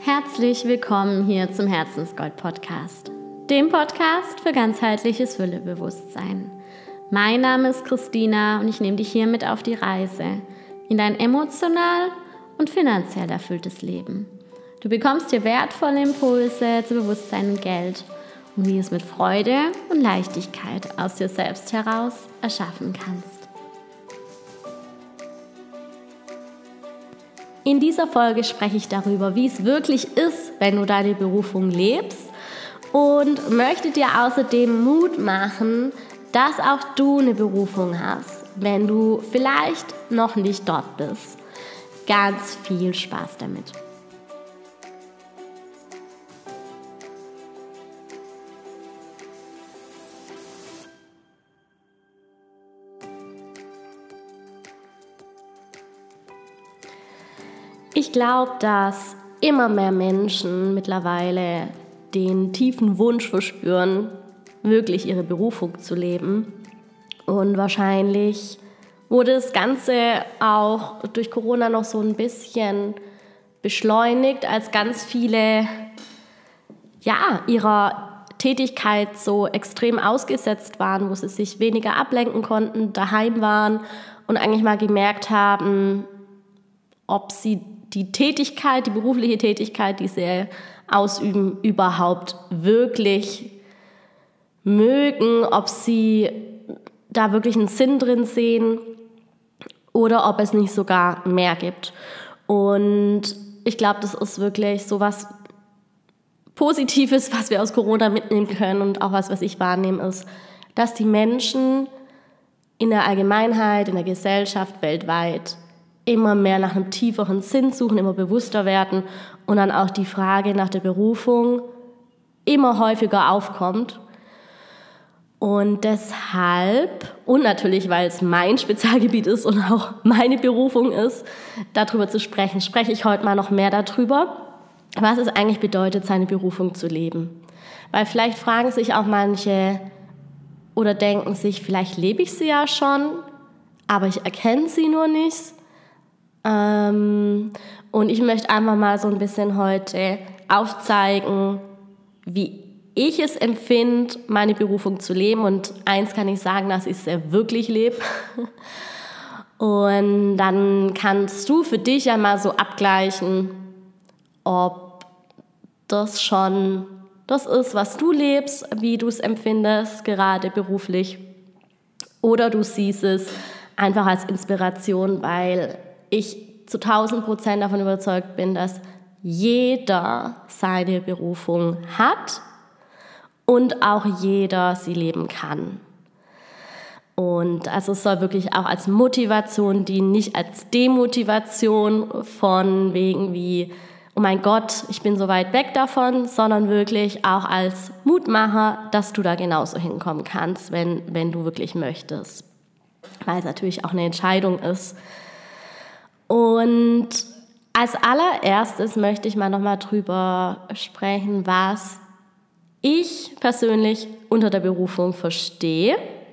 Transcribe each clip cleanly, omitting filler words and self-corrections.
Herzlich willkommen hier zum Herzensgold-Podcast, dem Podcast für ganzheitliches Füllebewusstsein. Mein Name ist Christina und ich nehme dich hier mit auf die Reise in dein emotional und finanziell erfülltes Leben. Du bekommst hier wertvolle Impulse zu Bewusstsein und Geld und wie es mit Freude und Leichtigkeit aus dir selbst heraus erschaffen kannst. In dieser Folge spreche ich darüber, wie es wirklich ist, wenn du deine Berufung lebst und möchte dir außerdem Mut machen, dass auch du eine Berufung hast, wenn du vielleicht noch nicht dort bist. Ganz viel Spaß damit. Ich glaube, dass immer mehr Menschen mittlerweile den tiefen Wunsch verspüren, wirklich ihre Berufung zu leben. Und wahrscheinlich wurde das Ganze auch durch Corona noch so ein bisschen beschleunigt, als ganz viele ihrer Tätigkeit so extrem ausgesetzt waren, wo sie sich weniger ablenken konnten, daheim waren und eigentlich mal gemerkt haben, ob sie die berufliche Tätigkeit, die sie ausüben, überhaupt wirklich mögen, ob sie da wirklich einen Sinn drin sehen oder ob es nicht sogar mehr gibt. Und ich glaube, das ist wirklich so was Positives, was wir aus Corona mitnehmen können und auch was ich wahrnehme, ist, dass die Menschen in der Allgemeinheit, in der Gesellschaft weltweit immer mehr nach einem tieferen Sinn suchen, immer bewusster werden und dann auch die Frage nach der Berufung immer häufiger aufkommt. Und deshalb, und natürlich, weil es mein Spezialgebiet ist und auch meine Berufung ist, darüber zu sprechen, spreche ich heute mal noch mehr darüber, was es eigentlich bedeutet, seine Berufung zu leben. Weil vielleicht fragen sich auch manche oder denken sich, vielleicht lebe ich sie ja schon, aber ich erkenne sie nur nicht. Und ich möchte einfach mal so ein bisschen heute aufzeigen, wie ich es empfinde, meine Berufung zu leben. Und eins kann ich sagen, dass ich es sehr wirklich lebe. Und dann kannst du für dich einmal so abgleichen, ob das schon das ist, was du lebst, wie du es empfindest, gerade beruflich. Oder du siehst es einfach als Inspiration, weil ich zu 1000% davon überzeugt bin, dass jeder seine Berufung hat und auch jeder sie leben kann. Und also es soll wirklich auch als Motivation dienen, nicht als Demotivation von wegen wie, oh mein Gott, ich bin so weit weg davon, sondern wirklich auch als Mutmacher, dass du da genauso hinkommen kannst, wenn du wirklich möchtest. Weil es natürlich auch eine Entscheidung ist. Und als allererstes möchte ich mal nochmal drüber sprechen, was ich persönlich unter der Berufung verstehe.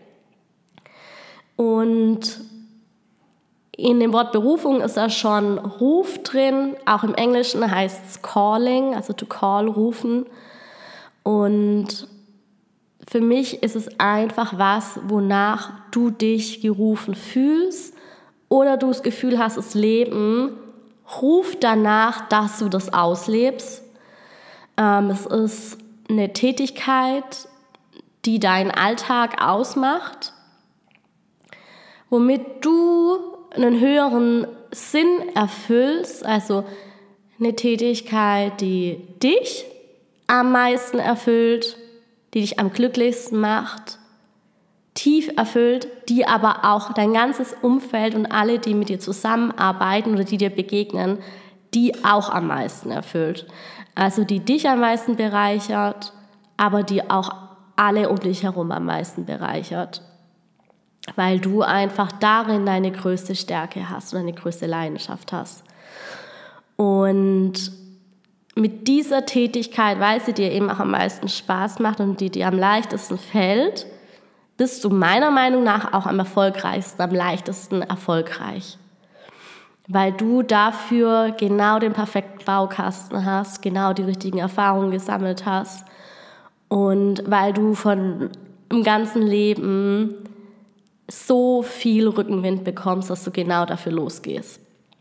Und in dem Wort Berufung ist da schon Ruf drin, auch im Englischen heißt es Calling, also to call, rufen. Und für mich ist es einfach was, wonach du dich gerufen fühlst oder du das Gefühl hast, das Leben ruft danach, dass du das auslebst. Es ist eine Tätigkeit, die deinen Alltag ausmacht, womit du einen höheren Sinn erfüllst, also eine Tätigkeit, die dich am meisten erfüllt, die dich am glücklichsten macht, tief erfüllt, die aber auch dein ganzes Umfeld und alle, die mit dir zusammenarbeiten oder die dir begegnen, die auch am meisten erfüllt. Also die dich am meisten bereichert, aber die auch alle um dich herum am meisten bereichert. Weil du einfach darin deine größte Stärke hast und deine größte Leidenschaft hast. Und mit dieser Tätigkeit, weil sie dir eben auch am meisten Spaß macht und die dir am leichtesten fällt, bist du meiner Meinung nach auch am erfolgreichsten, am leichtesten erfolgreich. weil du dafür genau den perfekten Baukasten hast, genau die richtigen Erfahrungen gesammelt hast und weil du von im ganzen Leben so viel Rückenwind bekommst, dass du genau dafür losgehst.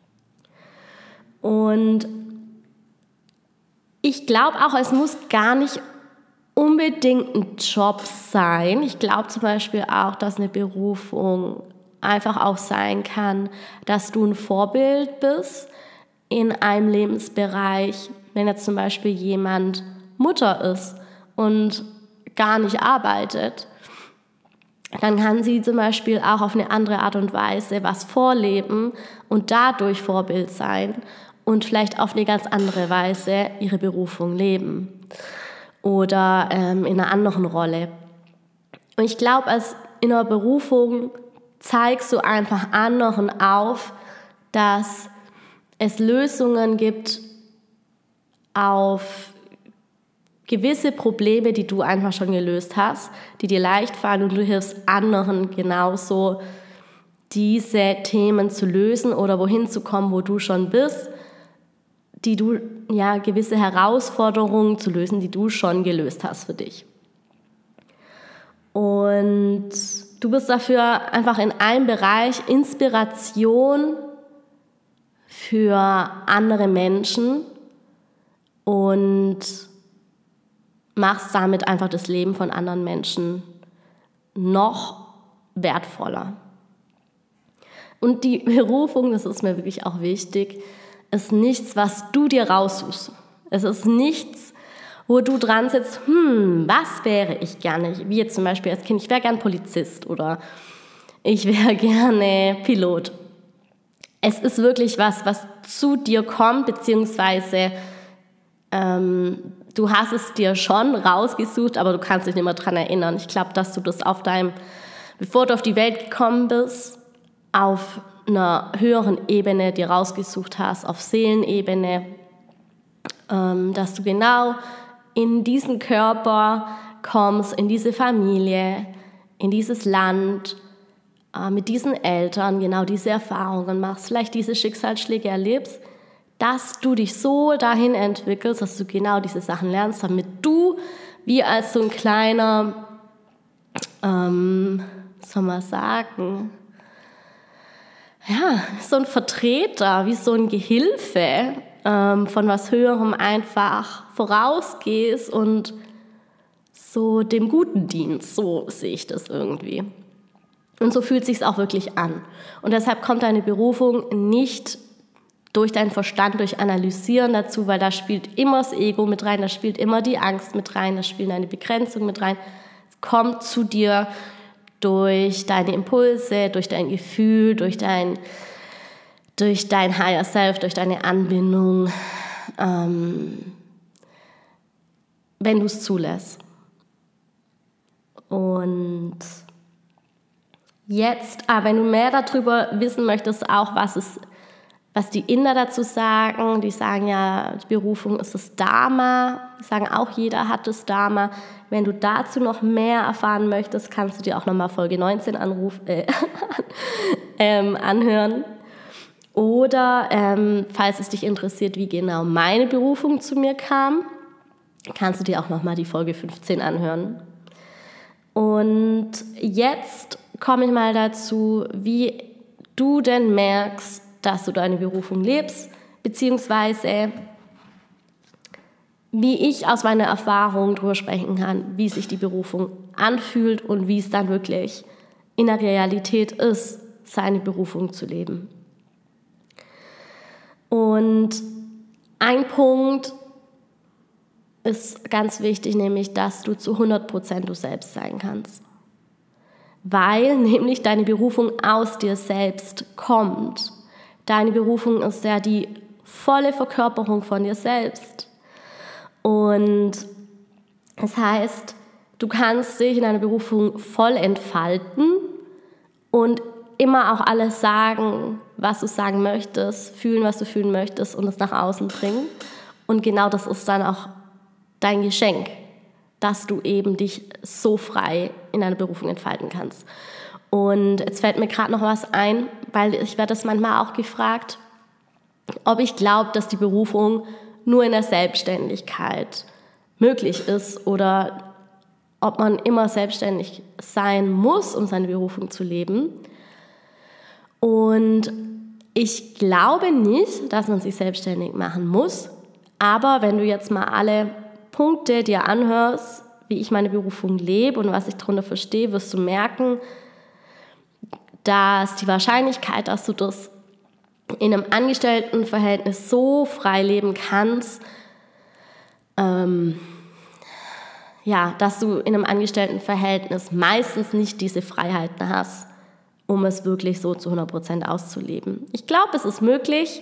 Und ich glaube auch, es muss gar nicht unbedingt ein Job sein. Ich glaube zum Beispiel auch, dass eine Berufung einfach auch sein kann, dass du ein Vorbild bist in einem Lebensbereich. Wenn jetzt zum Beispiel jemand Mutter ist und gar nicht arbeitet, dann kann sie zum Beispiel auch auf eine andere Art und Weise was vorleben und dadurch Vorbild sein und vielleicht auf eine ganz andere Weise ihre Berufung leben oder in einer anderen Rolle. Und ich glaube, als in einer Berufung zeigst du einfach anderen auf, dass es Lösungen gibt auf gewisse Probleme, die du einfach schon gelöst hast, die dir leicht fallen und du hilfst anderen genauso, diese Themen zu lösen oder wohin zu kommen, wo du schon bist, die du, ja, gewisse Herausforderungen zu lösen, die du schon gelöst hast für dich. Und du bist dafür einfach in einem Bereich Inspiration für andere Menschen und machst damit einfach das Leben von anderen Menschen noch wertvoller. Und die Berufung, das ist mir wirklich auch wichtig, ist nichts, was du dir raussuchst. Es ist nichts, wo du dran sitzt, was wäre ich gerne? Wie jetzt zum Beispiel als Kind, ich wäre gern Polizist oder ich wäre gerne Pilot. Es ist wirklich was zu dir kommt, beziehungsweise du hast es dir schon rausgesucht, aber du kannst dich nicht mehr daran erinnern. Ich glaube, dass du das bevor du auf die Welt gekommen bist, auf einer höheren Ebene dir rausgesucht hast, auf Seelenebene, dass du genau in diesen Körper kommst, in diese Familie, in dieses Land, mit diesen Eltern genau diese Erfahrungen machst, vielleicht diese Schicksalsschläge erlebst, dass du dich so dahin entwickelst, dass du genau diese Sachen lernst, damit du wie als so ein kleiner, soll man sagen, ja, so ein Vertreter, wie so ein Gehilfe von was Höherem einfach vorausgehst und so dem Guten dienst, so sehe ich das irgendwie. Und so fühlt es sich auch wirklich an. Und deshalb kommt deine Berufung nicht durch deinen Verstand, durch Analysieren dazu, weil da spielt immer das Ego mit rein, da spielt immer die Angst mit rein, da spielt deine Begrenzung mit rein. Es kommt zu dir durch deine Impulse, durch dein Gefühl, durch dein Higher Self, durch deine Anbindung, wenn du es zulässt. Und jetzt, wenn du mehr darüber wissen möchtest, auch was die Inder dazu sagen, die sagen ja, die Berufung ist das Dharma, die sagen auch, jeder hat das Dharma. Wenn du dazu noch mehr erfahren möchtest, kannst du dir auch nochmal Folge 19 anhören. Oder falls es dich interessiert, wie genau meine Berufung zu mir kam, kannst du dir auch nochmal die Folge 15 anhören. Und jetzt komme ich mal dazu, wie du denn merkst, dass du deine Berufung lebst, beziehungsweise wie ich aus meiner Erfahrung darüber sprechen kann, wie sich die Berufung anfühlt und wie es dann wirklich in der Realität ist, seine Berufung zu leben. Und ein Punkt ist ganz wichtig, nämlich, dass du zu 100% du selbst sein kannst. Weil nämlich deine Berufung aus dir selbst kommt. Deine Berufung ist ja die volle Verkörperung von dir selbst. Und das heißt, du kannst dich in deiner Berufung voll entfalten und immer auch alles sagen, was du sagen möchtest, fühlen, was du fühlen möchtest und es nach außen bringen. Und genau das ist dann auch dein Geschenk, dass du eben dich so frei in deiner Berufung entfalten kannst. Und jetzt fällt mir gerade noch was ein, weil ich werde das manchmal auch gefragt, ob ich glaube, dass die Berufung nur in der Selbstständigkeit möglich ist oder ob man immer selbstständig sein muss, um seine Berufung zu leben. Und ich glaube nicht, dass man sich selbstständig machen muss, aber wenn du jetzt mal alle Punkte dir anhörst, wie ich meine Berufung lebe und was ich darunter verstehe, wirst du merken, dass die Wahrscheinlichkeit, dass du das in einem Angestelltenverhältnis so frei leben kannst, dass du in einem Angestelltenverhältnis meistens nicht diese Freiheiten hast, um es wirklich so zu 100% auszuleben. Ich glaube, es ist möglich,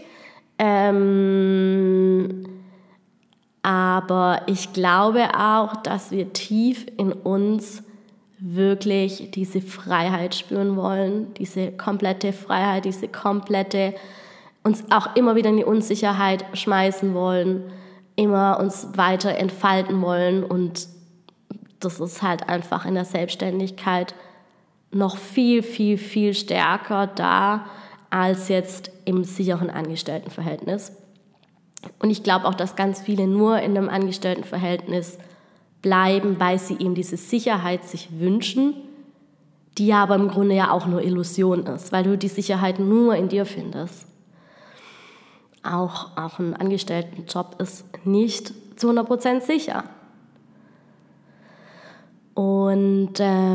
aber ich glaube auch, dass wir tief in uns wirklich diese Freiheit spüren wollen, diese komplette Freiheit, diese komplette, uns auch immer wieder in die Unsicherheit schmeißen wollen, immer uns weiter entfalten wollen, und das ist halt einfach in der Selbstständigkeit noch viel, viel, viel stärker da als jetzt im sicheren Angestelltenverhältnis. Und ich glaube auch, dass ganz viele nur in einem Angestelltenverhältnis bleiben, weil sie eben diese Sicherheit sich wünschen, die ja aber im Grunde ja auch nur Illusion ist, weil du die Sicherheit nur in dir findest. Auch ein Angestelltenjob ist nicht zu 100% sicher. Und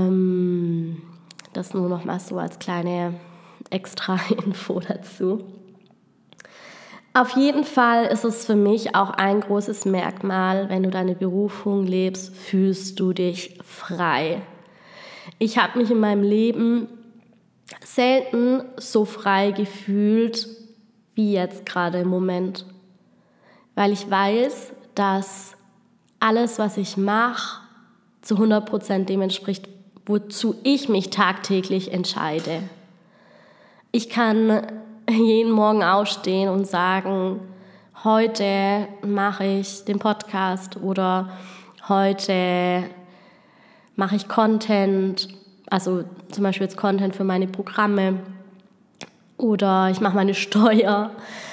das nur noch mal so als kleine extra Info dazu. Auf jeden Fall ist es für mich auch ein großes Merkmal, wenn du deine Berufung lebst, fühlst du dich frei. Ich habe mich in meinem Leben selten so frei gefühlt wie jetzt gerade im Moment, weil ich weiß, dass alles, was ich mache, zu 100% dem entspricht, wozu ich mich tagtäglich entscheide. Ich kann jeden Morgen aufstehen und sagen, heute mache ich den Podcast oder heute mache ich Content, also zum Beispiel jetzt Content für meine Programme, oder ich mache meine Steuer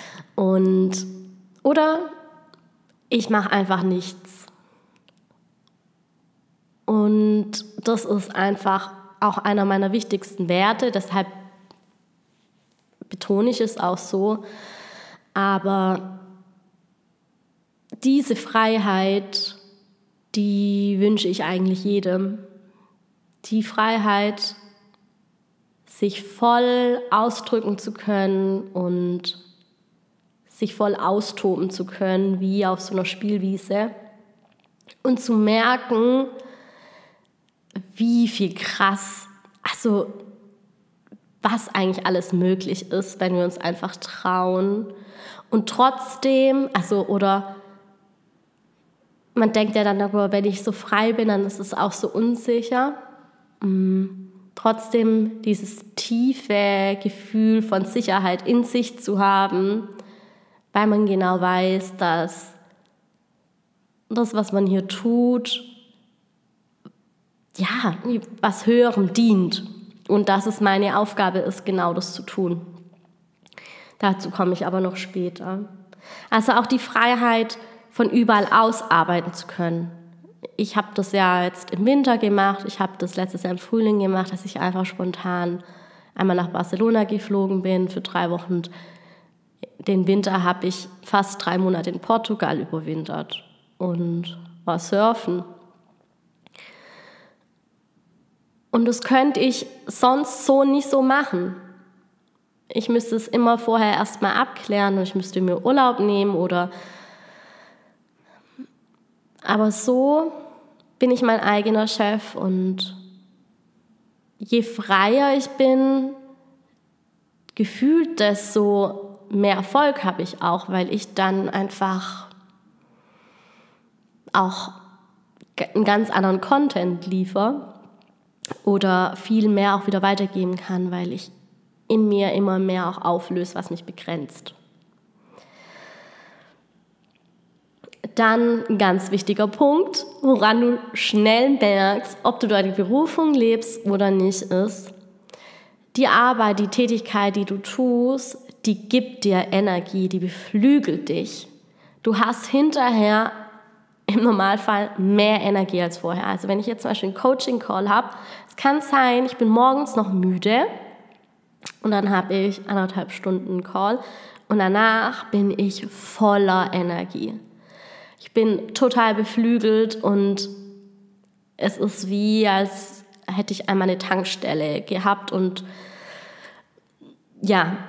oder ich mache einfach nichts. Und das ist einfach auch einer meiner wichtigsten Werte, deshalb betone ich es auch so. Aber diese Freiheit, die wünsche ich eigentlich jedem. Die Freiheit, sich voll ausdrücken zu können und sich voll austoben zu können, wie auf so einer Spielwiese. Und zu merken, wie viel krass, also was eigentlich alles möglich ist, wenn wir uns einfach trauen. Und trotzdem, oder man denkt ja dann darüber, wenn ich so frei bin, dann ist es auch so unsicher. Trotzdem dieses tiefe Gefühl von Sicherheit in sich zu haben, weil man genau weiß, dass das, was man hier tut, ja, was Höherem dient. Und dass es meine Aufgabe ist, genau das zu tun. Dazu komme ich aber noch später. Also auch die Freiheit, von überall aus arbeiten zu können. Ich habe das ja jetzt im Winter gemacht, ich habe das letztes Jahr im Frühling gemacht, dass ich einfach spontan einmal nach Barcelona geflogen bin für 3 Wochen. Den Winter habe ich fast 3 Monate in Portugal überwintert und war surfen. Und das könnte ich sonst so nicht so machen. Ich müsste es immer vorher erstmal abklären und ich müsste mir Urlaub nehmen aber so bin ich mein eigener Chef, und je freier ich bin, gefühlt, desto mehr Erfolg habe ich auch, weil ich dann einfach auch einen ganz anderen Content liefere oder viel mehr auch wieder weitergeben kann, weil ich in mir immer mehr auch auflöse, was mich begrenzt. Dann ein ganz wichtiger Punkt, woran du schnell merkst, ob du deine Berufung lebst oder nicht, ist, die Arbeit, die Tätigkeit, die du tust, die gibt dir Energie, die beflügelt dich. Du hast hinterher im Normalfall mehr Energie als vorher. Also wenn ich jetzt zum Beispiel einen Coaching-Call habe, es kann sein, ich bin morgens noch müde und dann habe ich 1,5 Stunden Call und danach bin ich voller Energie. Ich bin total beflügelt und es ist wie, als hätte ich einmal eine Tankstelle gehabt und ja,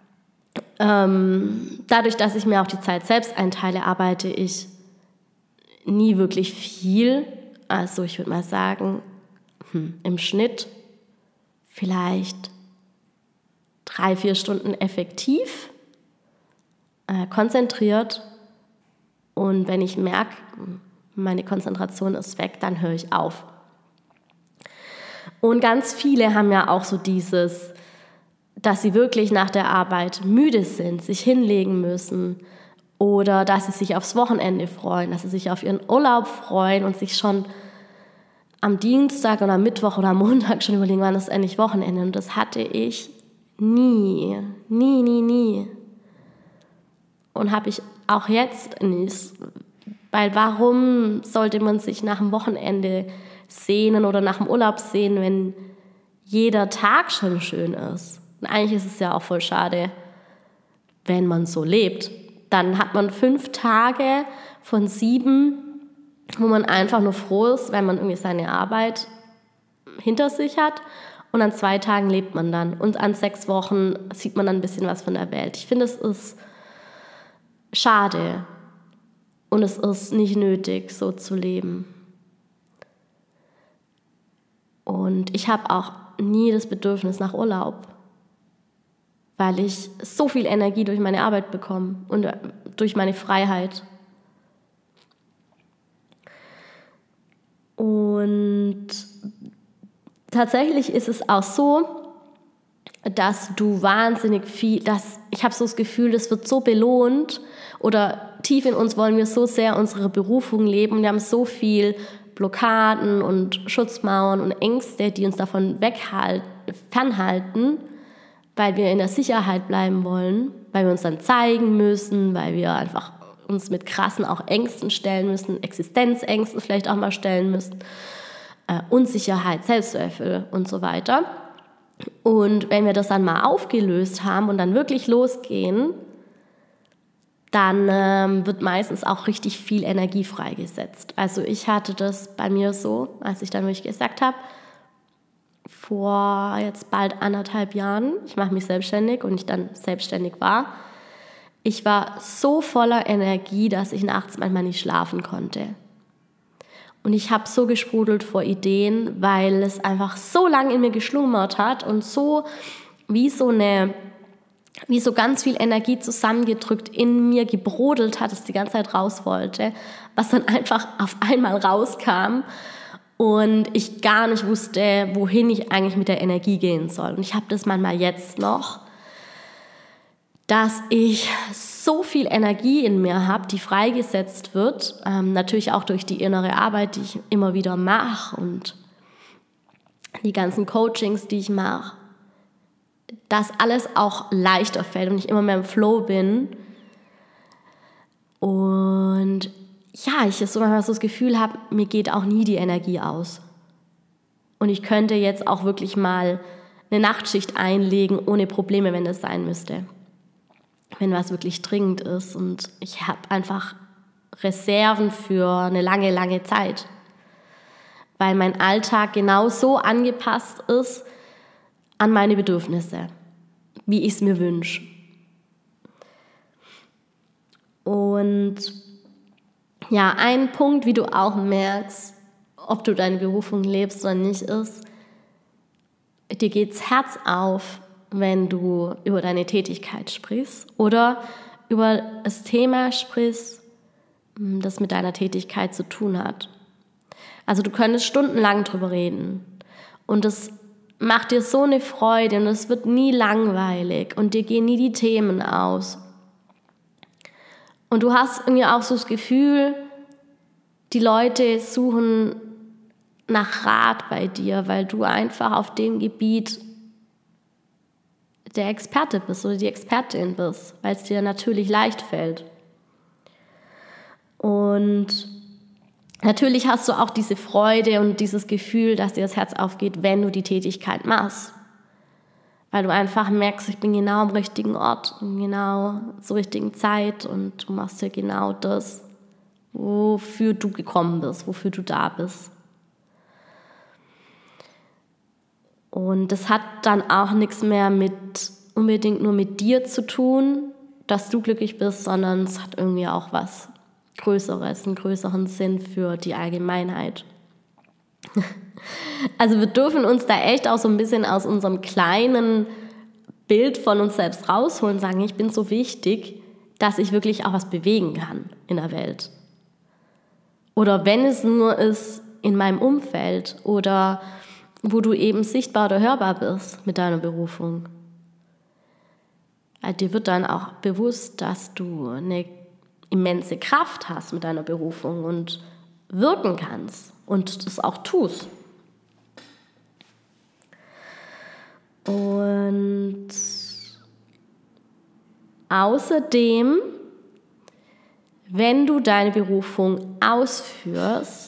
dadurch, dass ich mir auch die Zeit selbst einteile, arbeite ich nie wirklich viel. Also ich würde mal sagen, im Schnitt vielleicht 3-4 Stunden effektiv, konzentriert. Und wenn ich merke, meine Konzentration ist weg, dann höre ich auf. Und ganz viele haben ja auch so dieses, dass sie wirklich nach der Arbeit müde sind, sich hinlegen müssen oder dass sie sich aufs Wochenende freuen, dass sie sich auf ihren Urlaub freuen und sich schon am Dienstag oder am Mittwoch oder am Montag schon überlegen, wann ist endlich Wochenende. Und das hatte ich nie. Und habe ich auch jetzt nicht. Weil warum sollte man sich nach dem Wochenende sehnen oder nach dem Urlaub sehnen, wenn jeder Tag schon schön ist? Und eigentlich ist es ja auch voll schade, wenn man so lebt. Dann hat man 5 Tage von 7, wo man einfach nur froh ist, wenn man irgendwie seine Arbeit hinter sich hat. Und an 2 Tagen lebt man dann. Und an 6 Wochen sieht man dann ein bisschen was von der Welt. Ich finde, es ist schade. Und es ist nicht nötig, so zu leben. Und ich habe auch nie das Bedürfnis nach Urlaub, weil ich so viel Energie durch meine Arbeit bekomme und durch meine Freiheit. Und tatsächlich ist es auch so, dass du wahnsinnig viel, ich habe so das Gefühl, das wird so belohnt oder tief in uns wollen wir so sehr unsere Berufung leben. Wir haben so viel Blockaden und Schutzmauern und Ängste, die uns davon fernhalten, weil wir in der Sicherheit bleiben wollen, weil wir uns dann zeigen müssen, weil wir einfach uns mit krassen auch Ängsten stellen müssen, Existenzängsten vielleicht auch mal stellen müssen, Unsicherheit, Selbstzweifel und so weiter. Und wenn wir das dann mal aufgelöst haben und dann wirklich losgehen, dann wird meistens auch richtig viel Energie freigesetzt. Also ich hatte das bei mir so, als ich dann wirklich gesagt habe, vor jetzt bald 1,5 Jahren, ich mache mich selbstständig und ich dann selbstständig war, ich war so voller Energie, dass ich nachts manchmal nicht schlafen konnte. Und ich habe so gesprudelt vor Ideen, weil es einfach so lange in mir geschlummert hat und so wie so ganz viel Energie zusammengedrückt in mir gebrodelt hat, dass die ganze Zeit raus wollte, was dann einfach auf einmal rauskam und ich gar nicht wusste, wohin ich eigentlich mit der Energie gehen soll. Und ich habe das manchmal jetzt noch, dass ich so viel Energie in mir habe, die freigesetzt wird, natürlich auch durch die innere Arbeit, die ich immer wieder mache und die ganzen Coachings, die ich mache, dass alles auch leichter fällt und ich immer mehr im Flow bin. Und ja, ich so manchmal so das Gefühl habe, mir geht auch nie die Energie aus. Und ich könnte jetzt auch wirklich mal eine Nachtschicht einlegen, ohne Probleme, wenn das sein müsste. Wenn was wirklich dringend ist. Und ich habe einfach Reserven für eine lange, lange Zeit. Weil mein Alltag genau so angepasst ist an meine Bedürfnisse, wie ich es mir wünsche. Und ja, ein Punkt, wie du auch merkst, ob du deine Berufung lebst oder nicht, ist, dir geht's Herz auf, wenn du über deine Tätigkeit sprichst oder über das Thema sprichst, das mit deiner Tätigkeit zu tun hat. Also du könntest stundenlang drüber reden und das macht dir so eine Freude und es wird nie langweilig und dir gehen nie die Themen aus. Und du hast irgendwie auch so das Gefühl, die Leute suchen nach Rat bei dir, weil du einfach auf dem Gebiet der Experte bist oder die Expertin bist, weil es dir natürlich leicht fällt. Und natürlich hast du auch diese Freude und dieses Gefühl, dass dir das Herz aufgeht, wenn du die Tätigkeit machst. Weil du einfach merkst, ich bin genau am richtigen Ort, genau zur richtigen Zeit und du machst ja genau das, wofür du gekommen bist, wofür du da bist. Und das hat dann auch nichts mehr unbedingt nur mit dir zu tun, dass du glücklich bist, sondern es hat irgendwie auch was Größeres, einen größeren Sinn für die Allgemeinheit. Also wir dürfen uns da echt auch so ein bisschen aus unserem kleinen Bild von uns selbst rausholen und sagen, ich bin so wichtig, dass ich wirklich auch was bewegen kann in der Welt. Oder wenn es nur ist in meinem Umfeld oder wo du eben sichtbar oder hörbar bist mit deiner Berufung. Also dir wird dann auch bewusst, dass du eine immense Kraft hast mit deiner Berufung und wirken kannst und das auch tust. Und außerdem, wenn du deine Berufung ausführst,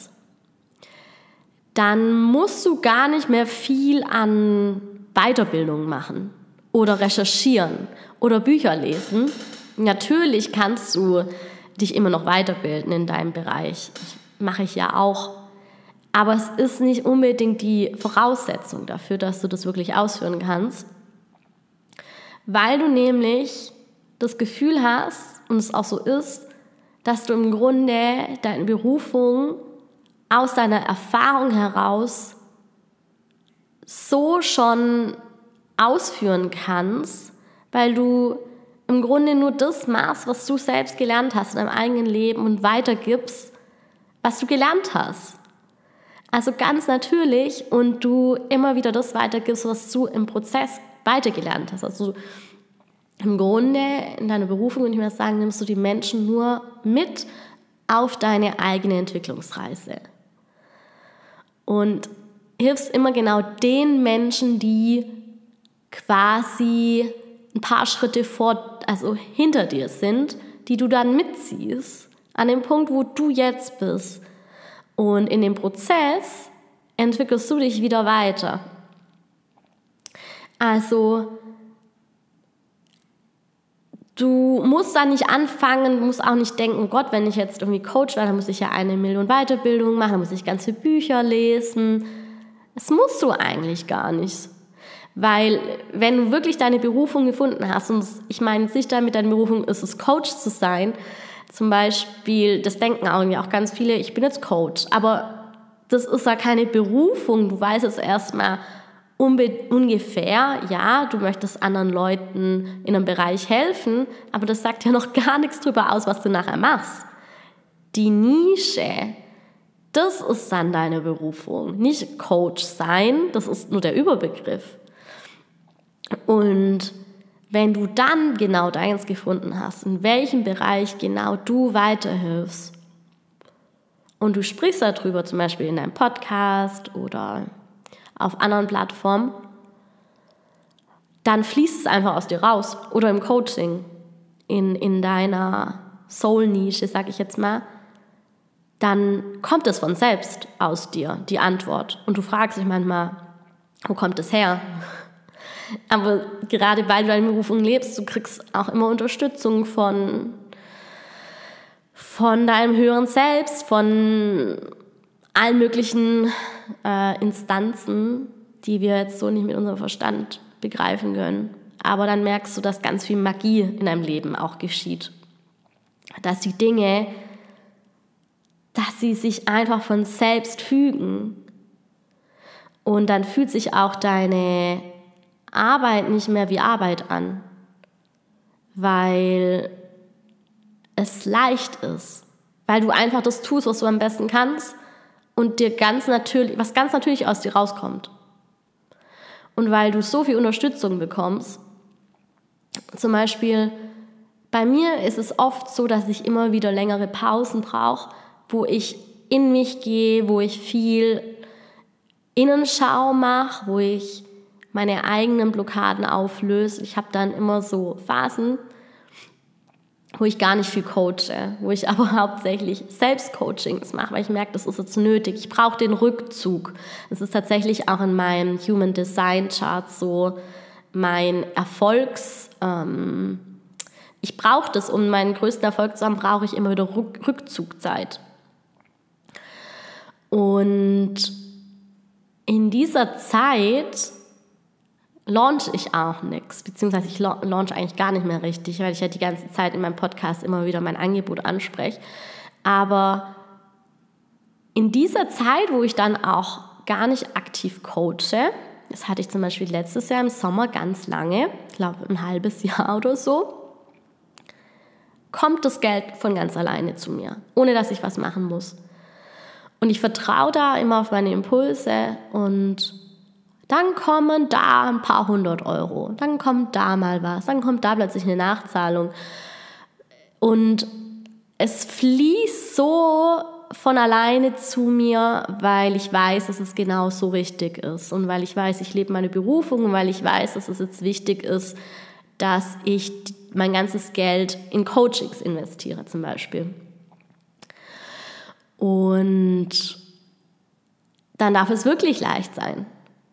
dann musst du gar nicht mehr viel an Weiterbildung machen oder recherchieren oder Bücher lesen. Natürlich kannst du dich immer noch weiterbilden in deinem Bereich. Mache ich ja auch. Aber es ist nicht unbedingt die Voraussetzung dafür, dass du das wirklich ausführen kannst, weil du nämlich das Gefühl hast, und es auch so ist, dass du im Grunde deine Berufung aus deiner Erfahrung heraus so schon ausführen kannst, weil du im Grunde nur das machst, was du selbst gelernt hast in deinem eigenen Leben und weitergibst, was du gelernt hast. Also ganz natürlich und du immer wieder das weitergibst, was du im Prozess weitergelernt hast. Also im Grunde in deiner Berufung, würde ich mal sagen, nimmst du die Menschen nur mit auf deine eigene Entwicklungsreise. Und hilfst immer genau den Menschen, die quasi ein paar Schritte hinter dir sind, die du dann mitziehst, an dem Punkt, wo du jetzt bist. Und in dem Prozess entwickelst du dich wieder weiter. Also du musst da nicht anfangen, du musst auch nicht denken, oh Gott, wenn ich jetzt irgendwie Coach werde, dann muss ich ja 1 Million Weiterbildungen machen, dann muss ich ganz viele Bücher lesen. Das musst du eigentlich gar nicht. Weil wenn du wirklich deine Berufung gefunden hast, und ich meine nicht damit, deine Berufung ist es, Coach zu sein, zum Beispiel, das denken auch ganz viele, ich bin jetzt Coach, aber das ist ja keine Berufung, du weißt es erstmal ungefähr, ja, du möchtest anderen Leuten in einem Bereich helfen, aber das sagt ja noch gar nichts darüber aus, was du nachher machst. Die Nische, das ist dann deine Berufung, nicht Coach sein, das ist nur der Überbegriff. Und wenn du dann genau deins gefunden hast, in welchem Bereich genau du weiterhilfst und du sprichst darüber, zum Beispiel in deinem Podcast oder auf anderen Plattformen, dann fließt es einfach aus dir raus oder im Coaching, in deiner Soul-Nische, sag ich jetzt mal, dann kommt es von selbst aus dir, die Antwort. Und du fragst dich manchmal, wo kommt es her? Aber gerade weil du deine Berufung lebst, du kriegst auch immer Unterstützung von deinem höheren Selbst, von allen möglichen Instanzen, die wir jetzt so nicht mit unserem Verstand begreifen können. Aber dann merkst du, dass ganz viel Magie in deinem Leben auch geschieht. Dass die Dinge, dass sie sich einfach von selbst fügen. Und dann fühlt sich auch deine Arbeit nicht mehr wie Arbeit an, weil es leicht ist, weil du einfach das tust, was du am besten kannst und dir was ganz natürlich aus dir rauskommt. Und weil du so viel Unterstützung bekommst, zum Beispiel bei mir ist es oft so, dass ich immer wieder längere Pausen brauche, wo ich in mich gehe, wo ich viel Innenschau mache, wo ich meine eigenen Blockaden auflöse. Ich habe dann immer so Phasen, wo ich gar nicht viel coache, wo ich aber hauptsächlich Selbstcoachings mache, weil ich merke, das ist jetzt nötig. Ich brauche den Rückzug. Das ist tatsächlich auch in meinem Human Design Chart so mein ich brauche das, um meinen größten Erfolg zu haben, brauche ich immer wieder Rückzugzeit. Und in dieser Zeit launch ich auch nichts, beziehungsweise ich launch eigentlich gar nicht mehr richtig, weil ich ja die ganze Zeit in meinem Podcast immer wieder mein Angebot anspreche. Aber in dieser Zeit, wo ich dann auch gar nicht aktiv coache, das hatte ich zum Beispiel letztes Jahr im Sommer ganz lange, ich glaube ein halbes Jahr oder so, kommt das Geld von ganz alleine zu mir, ohne dass ich was machen muss. Und ich vertraue da immer auf meine Impulse und dann kommen da ein paar 100 Euro, dann kommt da mal was, dann kommt da plötzlich eine Nachzahlung. Und es fließt so von alleine zu mir, weil ich weiß, dass es genau so richtig ist und weil ich weiß, ich lebe meine Berufung und weil ich weiß, dass es jetzt wichtig ist, dass ich mein ganzes Geld in Coachings investiere zum Beispiel. Und dann darf es wirklich leicht sein.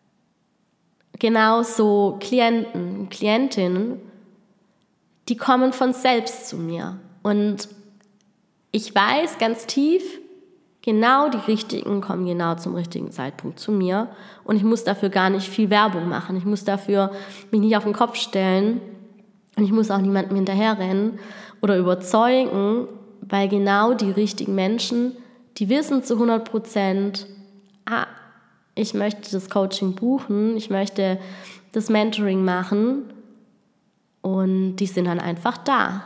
Genauso Klienten, Klientinnen, die kommen von selbst zu mir. Und ich weiß ganz tief, genau die Richtigen kommen genau zum richtigen Zeitpunkt zu mir. Und ich muss dafür gar nicht viel Werbung machen. Ich muss dafür mich nicht auf den Kopf stellen. Und ich muss auch niemandem hinterherrennen oder überzeugen, weil genau die richtigen Menschen, die wissen zu 100%, ich möchte das Coaching buchen, ich möchte das Mentoring machen und die sind dann einfach da.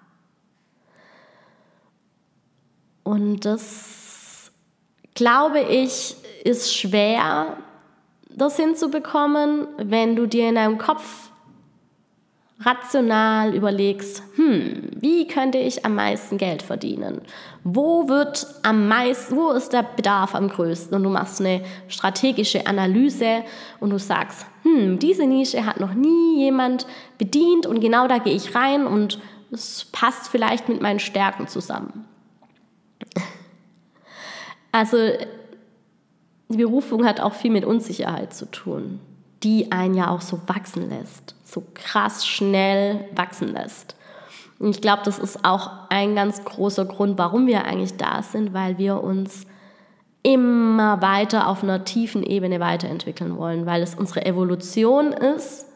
Und das, glaube ich, ist schwer, das hinzubekommen, wenn du dir in deinem Kopf rational überlegst, wie könnte ich am meisten Geld verdienen? Wo ist der Bedarf am größten? Und du machst eine strategische Analyse und du sagst, diese Nische hat noch nie jemand bedient und genau da gehe ich rein und es passt vielleicht mit meinen Stärken zusammen. Also die Berufung hat auch viel mit Unsicherheit zu tun, die einen ja auch so wachsen lässt, so krass schnell wachsen lässt. Und ich glaube, das ist auch ein ganz großer Grund, warum wir eigentlich da sind, weil wir uns immer weiter auf einer tiefen Ebene weiterentwickeln wollen, weil es unsere Evolution ist,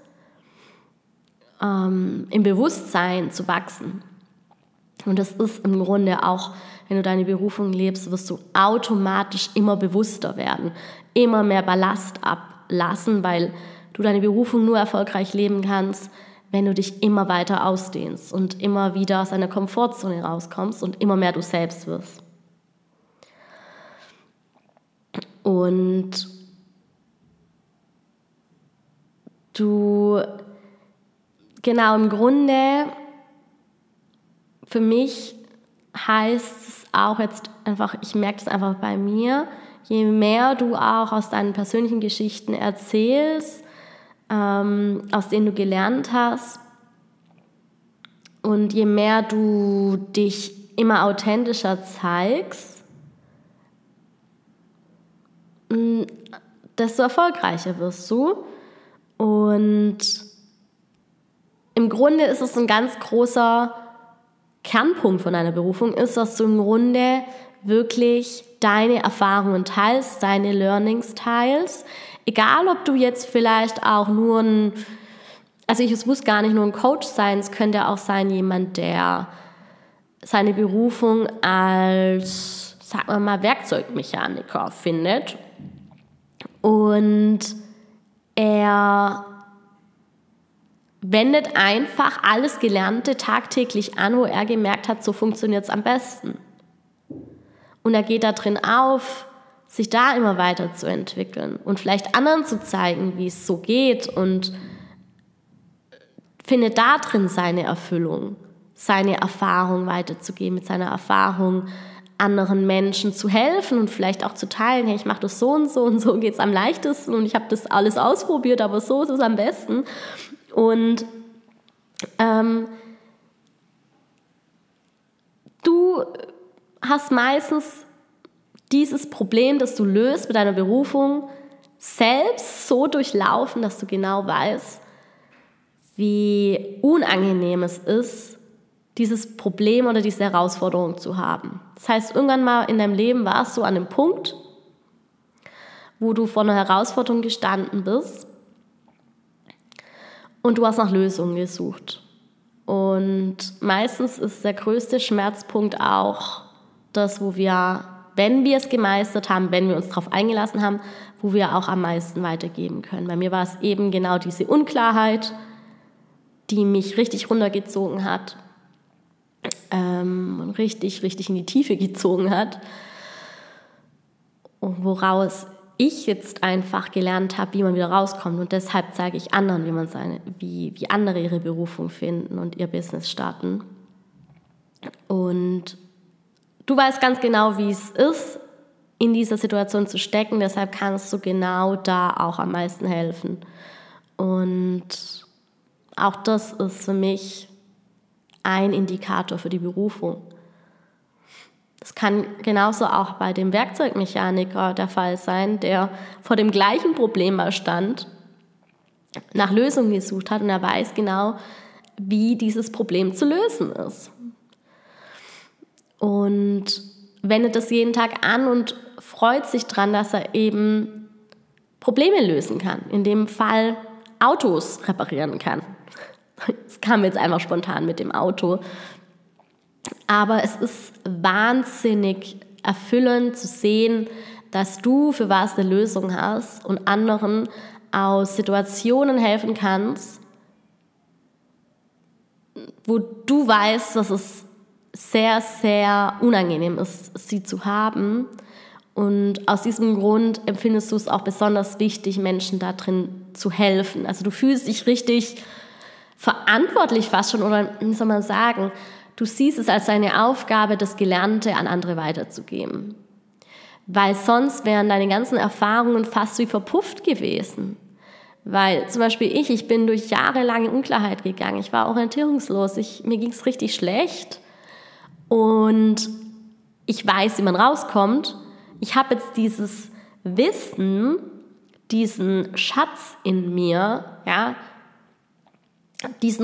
im Bewusstsein zu wachsen. Und das ist im Grunde auch, wenn du deine Berufung lebst, wirst du automatisch immer bewusster werden, immer mehr Ballast ablassen, weil du deine Berufung nur erfolgreich leben kannst, wenn du dich immer weiter ausdehnst und immer wieder aus deiner Komfortzone rauskommst und immer mehr du selbst wirst. Und genau im Grunde, für mich heißt es auch jetzt einfach, ich merke das einfach bei mir, je mehr du auch aus deinen persönlichen Geschichten erzählst, aus denen du gelernt hast und je mehr du dich immer authentischer zeigst, desto erfolgreicher wirst du. Und im Grunde ist es ein ganz großer Kernpunkt von deiner Berufung, ist, dass du im Grunde wirklich deine Erfahrungen teilst, deine Learnings teilst. Egal, ob du jetzt vielleicht auch es muss gar nicht nur ein Coach sein, es könnte auch sein jemand, der seine Berufung als, sagen wir mal, Werkzeugmechaniker findet und er wendet einfach alles Gelernte tagtäglich an, wo er gemerkt hat, so funktioniert es am besten. Und er geht da drin auf, sich da immer weiterzuentwickeln und vielleicht anderen zu zeigen, wie es so geht und findet da drin seine Erfüllung, seine Erfahrung weiterzugeben, mit seiner Erfahrung anderen Menschen zu helfen und vielleicht auch zu teilen, hey, ich mache das so und so geht es am leichtesten und ich habe das alles ausprobiert, aber so ist es am besten. Und du hast meistens dieses Problem, das du löst mit deiner Berufung, selbst so durchlaufen, dass du genau weißt, wie unangenehm es ist, dieses Problem oder diese Herausforderung zu haben. Das heißt, irgendwann mal in deinem Leben warst du an einem Punkt, wo du vor einer Herausforderung gestanden bist und du hast nach Lösungen gesucht. Und meistens ist der größte Schmerzpunkt auch das, wo wir, wenn wir es gemeistert haben, wenn wir uns darauf eingelassen haben, wo wir auch am meisten weitergeben können. Bei mir war es eben genau diese Unklarheit, die mich richtig runtergezogen hat und richtig in die Tiefe gezogen hat. Und woraus ich jetzt einfach gelernt habe, wie man wieder rauskommt. Und deshalb zeige ich anderen, wie andere ihre Berufung finden und ihr Business starten. Und du weißt ganz genau, wie es ist, in dieser Situation zu stecken. Deshalb kannst du genau da auch am meisten helfen. Und auch das ist für mich ein Indikator für die Berufung. Das kann genauso auch bei dem Werkzeugmechaniker der Fall sein, der vor dem gleichen Problem mal stand, nach Lösungen gesucht hat und er weiß genau, wie dieses Problem zu lösen ist. Und wendet das jeden Tag an und freut sich dran, dass er eben Probleme lösen kann. In dem Fall Autos reparieren kann. Das kam jetzt einfach spontan mit dem Auto. Aber es ist wahnsinnig erfüllend zu sehen, dass du für was eine Lösung hast und anderen aus Situationen helfen kannst, wo du weißt, dass es sehr, sehr unangenehm ist, sie zu haben. Und aus diesem Grund empfindest du es auch besonders wichtig, Menschen da drin zu helfen. Also du fühlst dich richtig verantwortlich fast schon, oder wie soll man sagen, du siehst es als deine Aufgabe, das Gelernte an andere weiterzugeben. Weil sonst wären deine ganzen Erfahrungen fast wie verpufft gewesen. Weil zum Beispiel ich bin durch jahrelange Unklarheit gegangen. Ich war orientierungslos. Mir ging es richtig schlecht. Und ich weiß, wie man rauskommt. Ich habe jetzt dieses Wissen, diesen Schatz in mir, ja, diesen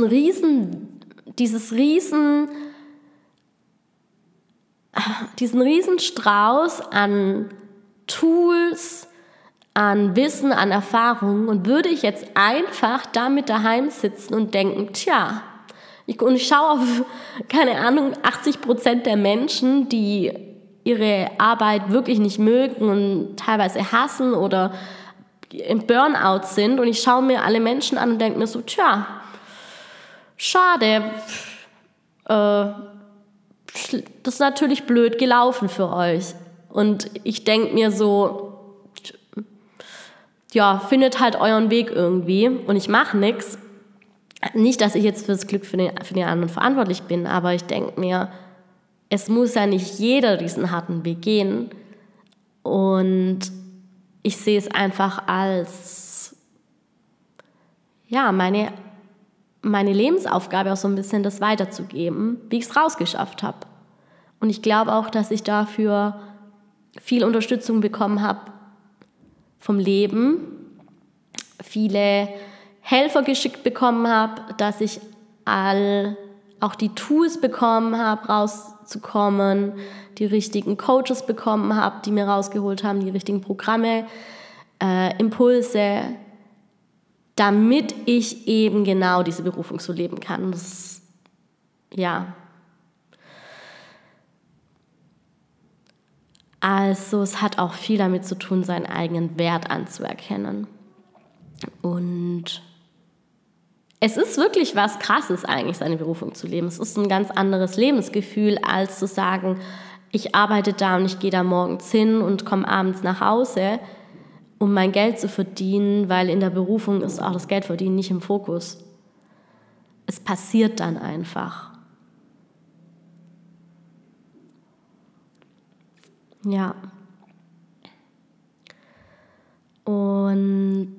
Riesenstrauß an Tools, an Wissen, an Erfahrungen, und würde ich jetzt einfach damit daheim sitzen und denken, tja, ich schaue auf, keine Ahnung, 80% der Menschen, die ihre Arbeit wirklich nicht mögen und teilweise hassen oder im Burnout sind, und ich schaue mir alle Menschen an und denke mir so, tja, schade, das ist natürlich blöd gelaufen für euch. Und ich denke mir so, ja, findet halt euren Weg irgendwie und ich mache nichts. Nicht, dass ich jetzt für das Glück für den anderen verantwortlich bin, aber ich denke mir, es muss ja nicht jeder diesen harten Weg gehen. Und ich sehe es einfach als, ja, meine Lebensaufgabe auch so ein bisschen, das weiterzugeben, wie ich es rausgeschafft habe. Und ich glaube auch, dass ich dafür viel Unterstützung bekommen habe vom Leben, viele Helfer geschickt bekommen habe, dass ich auch die Tools bekommen habe, rauszukommen, die richtigen Coaches bekommen habe, die mir rausgeholt haben, die richtigen Programme, Impulse, damit ich eben genau diese Berufung so leben kann. Das, ja. Also es hat auch viel damit zu tun, seinen eigenen Wert anzuerkennen. Und es ist wirklich was Krasses eigentlich, seine Berufung zu leben. Es ist ein ganz anderes Lebensgefühl, als zu sagen, ich arbeite da und ich gehe da morgens hin und komme abends nach Hause, um mein Geld zu verdienen, weil in der Berufung ist auch das Geldverdienen nicht im Fokus. Es passiert dann einfach. Ja. Und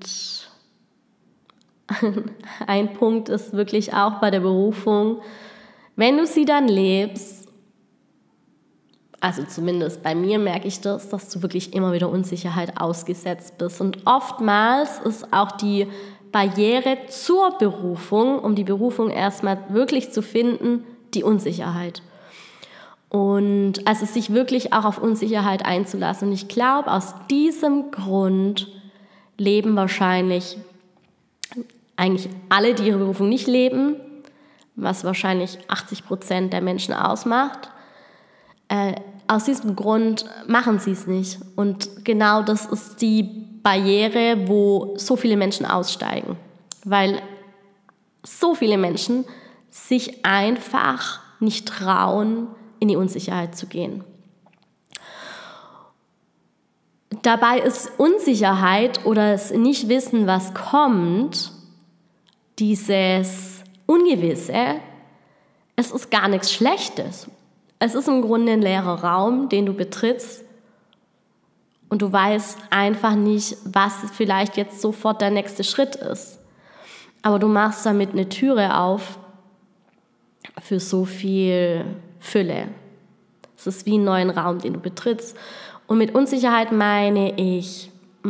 ein Punkt ist wirklich auch bei der Berufung, wenn du sie dann lebst, also zumindest bei mir merke ich das, dass du wirklich immer wieder Unsicherheit ausgesetzt bist. Und oftmals ist auch die Barriere zur Berufung, um die Berufung erstmal wirklich zu finden, die Unsicherheit. Und also sich wirklich auch auf Unsicherheit einzulassen. Und ich glaube, aus diesem Grund leben wahrscheinlich eigentlich alle, die ihre Berufung nicht leben, was wahrscheinlich 80% der Menschen ausmacht. Aus diesem Grund machen sie es nicht. Und genau das ist die Barriere, wo so viele Menschen aussteigen. Weil so viele Menschen sich einfach nicht trauen, in die Unsicherheit zu gehen. Dabei ist Unsicherheit oder das Nicht-Wissen, was kommt, dieses Ungewisse, es ist gar nichts Schlechtes. Es ist im Grunde ein leerer Raum, den du betrittst und du weißt einfach nicht, was vielleicht jetzt sofort der nächste Schritt ist. Aber du machst damit eine Türe auf für so viel Fülle. Es ist wie ein neuer Raum, den du betrittst. Und mit Unsicherheit meine ich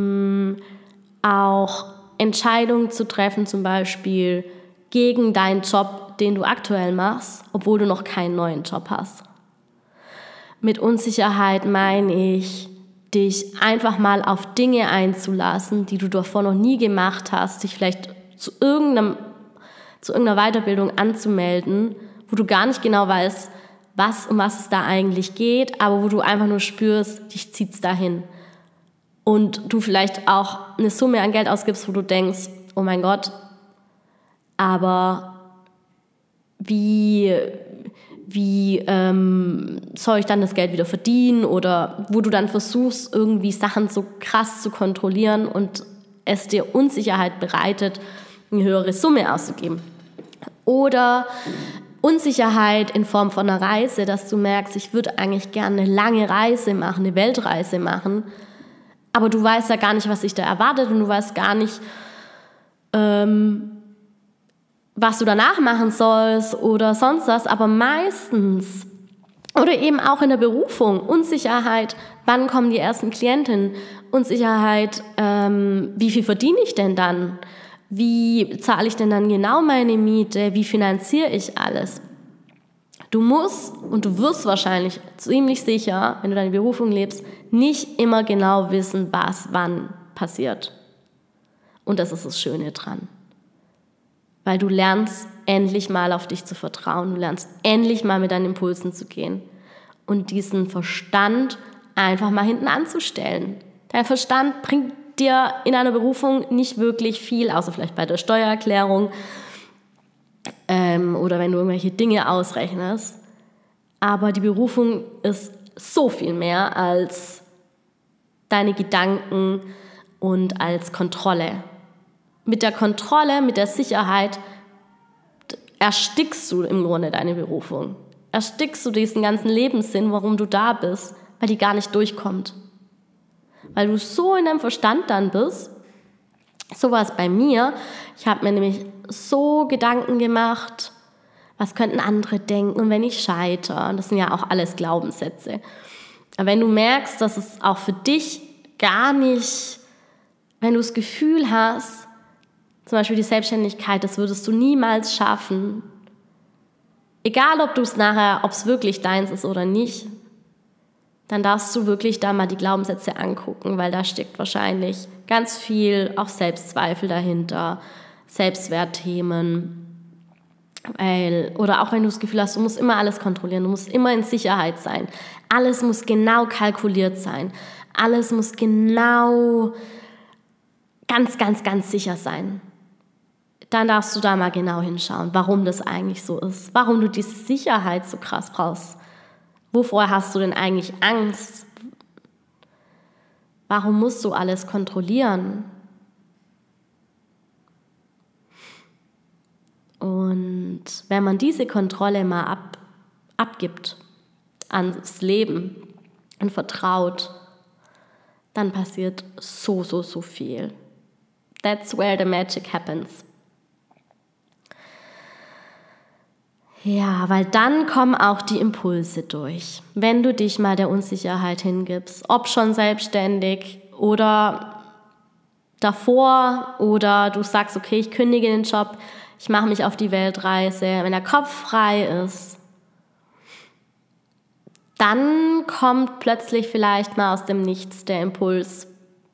auch Entscheidungen zu treffen, zum Beispiel gegen deinen Job, den du aktuell machst, obwohl du noch keinen neuen Job hast. Mit Unsicherheit meine ich, dich einfach mal auf Dinge einzulassen, die du davor noch nie gemacht hast, dich vielleicht zu irgendeiner Weiterbildung anzumelden, wo du gar nicht genau weißt, um was es da eigentlich geht, aber wo du einfach nur spürst, dich zieht's dahin. Und du vielleicht auch eine Summe an Geld ausgibst, wo du denkst, oh mein Gott, aber wie soll ich dann das Geld wieder verdienen? Oder wo du dann versuchst, irgendwie Sachen so krass zu kontrollieren und es dir Unsicherheit bereitet, eine höhere Summe auszugeben. Oder Unsicherheit in Form von einer Reise, dass du merkst, ich würde eigentlich gerne eine lange Reise machen, eine Weltreise machen, aber du weißt ja gar nicht, was dich da erwartet und du weißt gar nicht, was du danach machen sollst oder sonst was, aber meistens, oder eben auch in der Berufung, Unsicherheit, wann kommen die ersten Klientinnen, Unsicherheit, wie viel verdiene ich denn dann, wie zahle ich denn dann genau meine Miete, wie finanziere ich alles. Du musst und du wirst wahrscheinlich ziemlich sicher, wenn du deine Berufung lebst, nicht immer genau wissen, was wann passiert. Und das ist das Schöne dran. Weil du lernst endlich mal auf dich zu vertrauen, du lernst endlich mal mit deinen Impulsen zu gehen und diesen Verstand einfach mal hinten anzustellen. Dein Verstand bringt dir in einer Berufung nicht wirklich viel, außer vielleicht bei der Steuererklärung oder wenn du irgendwelche Dinge ausrechnest. Aber die Berufung ist so viel mehr als deine Gedanken und als Kontrolle. Mit der Kontrolle, mit der Sicherheit erstickst du im Grunde deine Berufung. Erstickst du diesen ganzen Lebenssinn, warum du da bist, weil die gar nicht durchkommt. Weil du so in deinem Verstand dann bist. So war es bei mir. Ich habe mir nämlich so Gedanken gemacht, was könnten andere denken und wenn ich scheitere. Und das sind ja auch alles Glaubenssätze. Aber wenn du merkst, dass es auch für dich gar nicht, wenn du das Gefühl hast, zum Beispiel die Selbstständigkeit, das würdest du niemals schaffen. Egal, ob es wirklich deins ist oder nicht, dann darfst du wirklich da mal die Glaubenssätze angucken, weil da steckt wahrscheinlich ganz viel auch Selbstzweifel dahinter, Selbstwertthemen. Oder auch wenn du das Gefühl hast, du musst immer alles kontrollieren, du musst immer in Sicherheit sein. Alles muss genau kalkuliert sein. Alles muss genau ganz, ganz, ganz sicher sein. Dann darfst du da mal genau hinschauen, warum das eigentlich so ist. Warum du diese Sicherheit so krass brauchst. Wovor hast du denn eigentlich Angst? Warum musst du alles kontrollieren? Und wenn man diese Kontrolle mal abgibt ans Leben und vertraut, dann passiert so viel. That's where the magic happens. Ja, weil dann kommen auch die Impulse durch. Wenn du dich mal der Unsicherheit hingibst, ob schon selbstständig oder davor oder du sagst, okay, ich kündige den Job, ich mache mich auf die Weltreise. Wenn der Kopf frei ist, dann kommt plötzlich vielleicht mal aus dem Nichts der Impuls.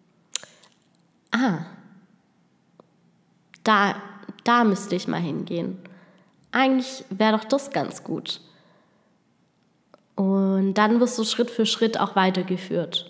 Da müsste ich mal hingehen. Eigentlich wäre doch das ganz gut. Und dann wirst du Schritt für Schritt auch weitergeführt.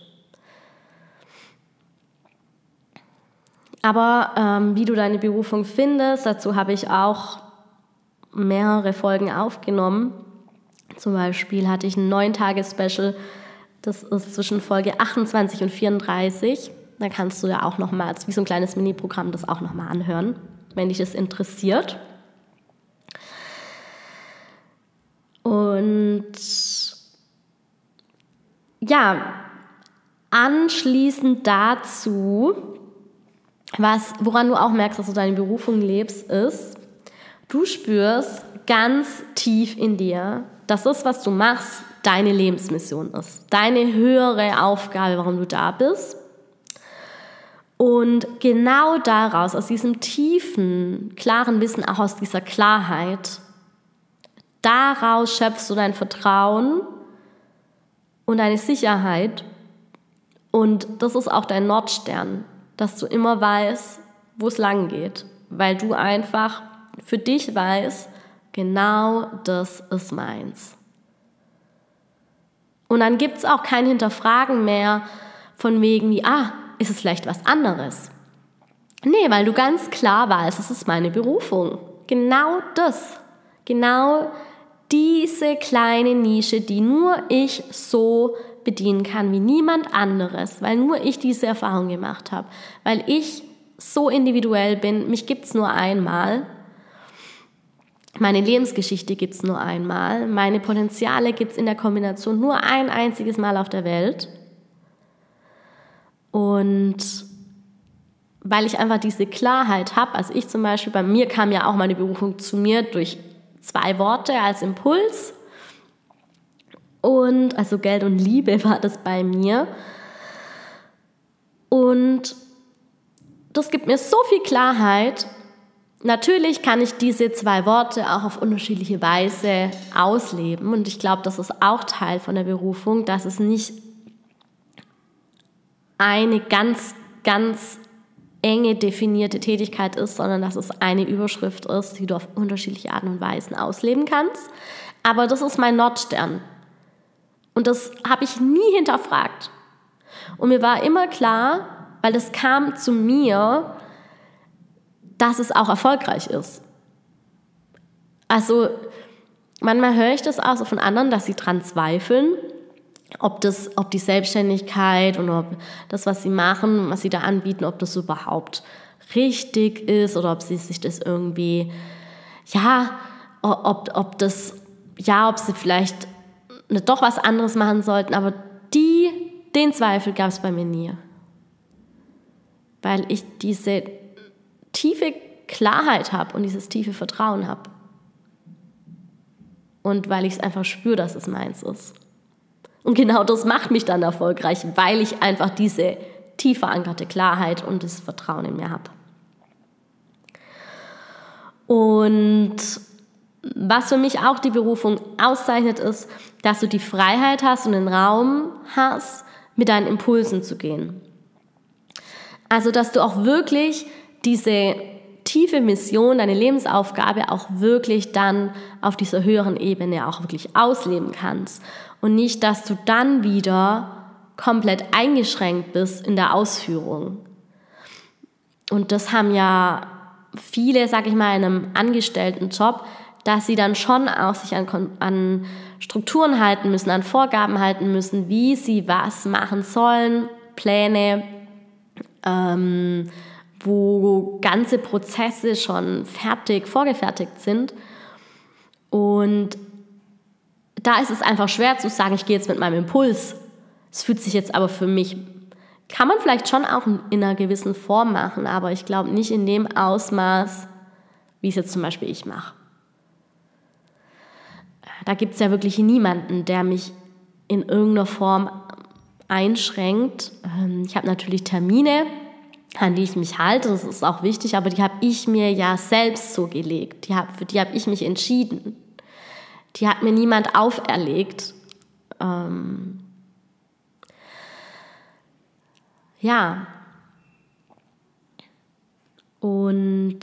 Aber wie du deine Berufung findest, dazu habe ich auch mehrere Folgen aufgenommen. Zum Beispiel hatte ich ein 9-Tage-Special, das ist zwischen Folge 28 und 34. Da kannst du ja auch nochmal, wie so ein kleines Mini-Programm, das auch nochmal anhören, wenn dich das interessiert. Und ja, anschließend dazu, woran du auch merkst, dass du deine Berufung lebst, ist, du spürst ganz tief in dir, dass das, was du machst, deine Lebensmission ist. Deine höhere Aufgabe, warum du da bist. Und genau daraus, aus diesem tiefen, klaren Wissen, auch aus dieser Klarheit, daraus schöpfst du dein Vertrauen und deine Sicherheit. Und das ist auch dein Nordstern, dass du immer weißt, wo es lang geht. Weil du einfach für dich weißt, genau das ist meins. Und dann gibt es auch kein Hinterfragen mehr von wegen wie, ist es vielleicht was anderes? Nee, weil du ganz klar weißt, es ist meine Berufung. Genau das. Genau diese kleine Nische, die nur ich so bedienen kann wie niemand anderes, weil nur ich diese Erfahrung gemacht habe, weil ich so individuell bin, mich gibt es nur einmal, meine Lebensgeschichte gibt es nur einmal, meine Potenziale gibt es in der Kombination nur ein einziges Mal auf der Welt und weil ich einfach diese Klarheit habe, also ich zum Beispiel, bei mir kam ja auch meine Berufung zu mir durch 2 Worte als Impuls und also Geld und Liebe war das bei mir und das gibt mir so viel Klarheit. Natürlich kann ich diese 2 Worte auch auf unterschiedliche Weise ausleben und ich glaube, das ist auch Teil von der Berufung, dass es nicht eine ganz enge definierte Tätigkeit ist, sondern dass es eine Überschrift ist, die du auf unterschiedliche Arten und Weisen ausleben kannst. Aber das ist mein Nordstern. Und das habe ich nie hinterfragt. Und mir war immer klar, weil das kam zu mir, dass es auch erfolgreich ist. Also manchmal höre ich das auch so von anderen, dass sie dran zweifeln, ob die Selbstständigkeit und ob das, was sie machen, was sie da anbieten, ob das überhaupt richtig ist oder ob sie sich das irgendwie, ob sie vielleicht doch was anderes machen sollten, aber den Zweifel gab es bei mir nie. Weil ich diese tiefe Klarheit habe und dieses tiefe Vertrauen habe. Und weil ich es einfach spüre, dass es meins ist. Und genau das macht mich dann erfolgreich, weil ich einfach diese tief verankerte Klarheit und das Vertrauen in mir habe. Und was für mich auch die Berufung auszeichnet, ist, dass du die Freiheit hast und den Raum hast, mit deinen Impulsen zu gehen. Also, dass du auch wirklich diese tiefe Mission, deine Lebensaufgabe auch wirklich dann auf dieser höheren Ebene auch wirklich ausleben kannst. Und nicht, dass du dann wieder komplett eingeschränkt bist in der Ausführung. Und das haben ja viele, sag ich mal, in einem Angestelltenjob, dass sie dann schon auch sich an Strukturen halten müssen, an Vorgaben halten müssen, wie sie was machen sollen, Pläne, wo ganze Prozesse schon vorgefertigt sind. Und da ist es einfach schwer zu sagen, ich gehe jetzt mit meinem Impuls Es fühlt sich jetzt aber für mich, kann man vielleicht schon auch in einer gewissen Form machen, aber ich glaube nicht in dem Ausmaß, wie es jetzt zum Beispiel ich mache. Da gibt es ja wirklich niemanden, der mich in irgendeiner Form einschränkt. Ich habe natürlich Termine, an die ich mich halte, das ist auch wichtig, aber die habe ich mir ja selbst so gelegt. Für die habe ich mich entschieden. Die hat mir niemand auferlegt. Ja. Und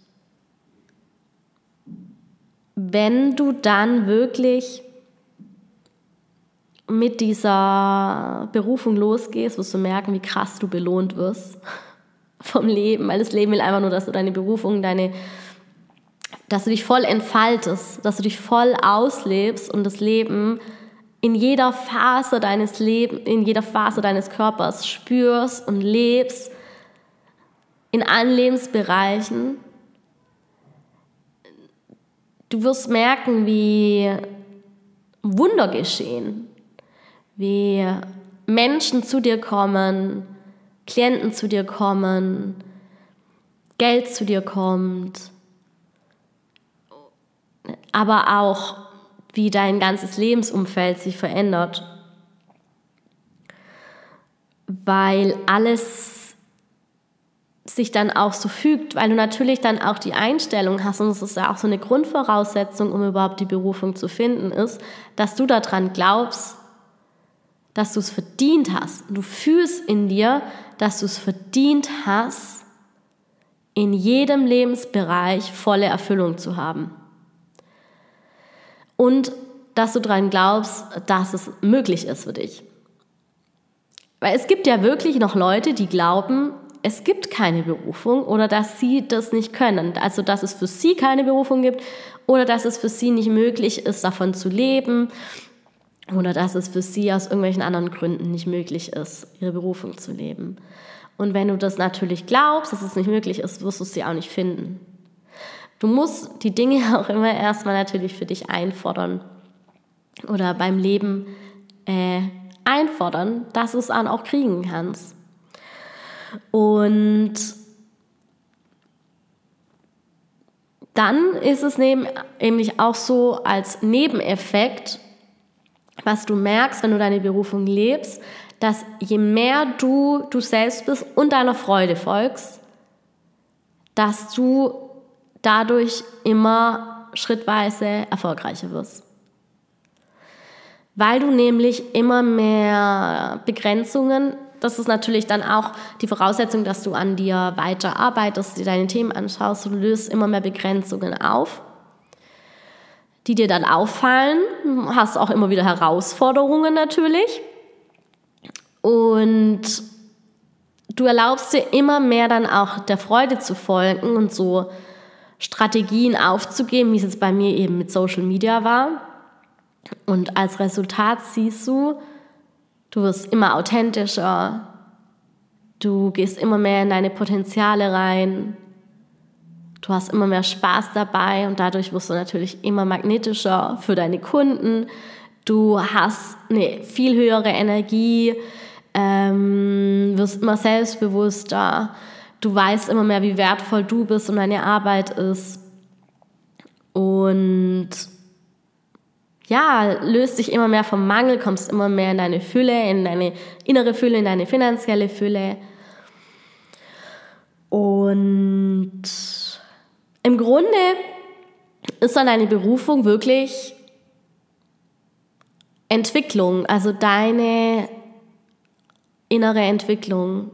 wenn du dann wirklich mit dieser Berufung losgehst, wirst du merken, wie krass du belohnt wirst vom Leben, weil das Leben will einfach nur, dass du deine Berufung, dass du dich voll entfaltest, dass du dich voll auslebst und das Leben in jeder Phase deines Körpers spürst und lebst, in allen Lebensbereichen. Du wirst merken, wie Wunder geschehen, wie Menschen zu dir kommen, Klienten zu dir kommen, Geld zu dir kommt, aber auch, wie dein ganzes Lebensumfeld sich verändert, weil alles sich dann auch so fügt, weil du natürlich dann auch die Einstellung hast, und das ist ja auch so eine Grundvoraussetzung, um überhaupt die Berufung zu finden, ist, dass du daran glaubst, dass du es verdient hast. Du fühlst in dir, dass du es verdient hast, in jedem Lebensbereich volle Erfüllung zu haben. Und dass du daran glaubst, dass es möglich ist für dich. Weil es gibt ja wirklich noch Leute, die glauben, es gibt keine Berufung oder dass sie das nicht können. Also dass es für sie keine Berufung gibt oder dass es für sie nicht möglich ist, davon zu leben oder dass es für sie aus irgendwelchen anderen Gründen nicht möglich ist, ihre Berufung zu leben. Und wenn du das natürlich glaubst, dass es nicht möglich ist, wirst du sie auch nicht finden. Du musst die Dinge auch immer erstmal natürlich für dich einfordern oder beim Leben einfordern, dass du es dann auch kriegen kannst. Und dann ist es nämlich auch so als Nebeneffekt, was du merkst, wenn du deine Berufung lebst, dass je mehr du selbst bist und deiner Freude folgst, dass du dadurch immer schrittweise erfolgreicher wirst. Weil du nämlich immer mehr Begrenzungen, das ist natürlich dann auch die Voraussetzung, dass du an dir weiter arbeitest, dir deine Themen anschaust, du löst immer mehr Begrenzungen auf, die dir dann auffallen, hast auch immer wieder Herausforderungen natürlich und du erlaubst dir immer mehr dann auch der Freude zu folgen und so Strategien aufzugeben, wie es jetzt bei mir eben mit Social Media war. Und als Resultat siehst du wirst immer authentischer, du gehst immer mehr in deine Potenziale rein, du hast immer mehr Spaß dabei und dadurch wirst du natürlich immer magnetischer für deine Kunden, du hast eine viel höhere Energie, wirst immer selbstbewusster, du weißt immer mehr, wie wertvoll du bist und deine Arbeit ist und ja, löst dich immer mehr vom Mangel, kommst immer mehr in deine Fülle, in deine innere Fülle, in deine finanzielle Fülle. Und im Grunde ist dann deine Berufung wirklich Entwicklung, also deine innere Entwicklung.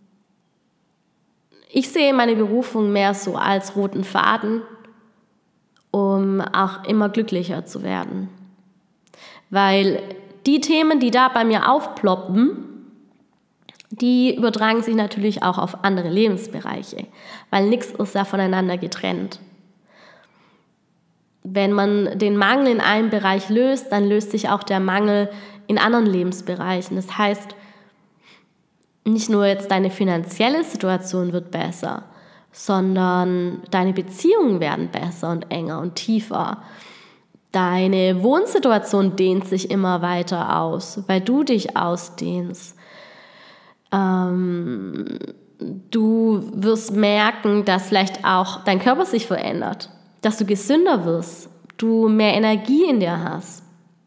Ich sehe meine Berufung mehr so als roten Faden, um auch immer glücklicher zu werden. Weil die Themen, die da bei mir aufploppen, die übertragen sich natürlich auch auf andere Lebensbereiche, weil nichts ist ja voneinander getrennt. Wenn man den Mangel in einem Bereich löst, dann löst sich auch der Mangel in anderen Lebensbereichen. Das heißt, nicht nur jetzt deine finanzielle Situation wird besser, sondern deine Beziehungen werden besser und enger und tiefer. Deine Wohnsituation dehnt sich immer weiter aus, weil du dich ausdehnst. Du wirst merken, dass vielleicht auch dein Körper sich verändert, dass du gesünder wirst, du mehr Energie in dir hast.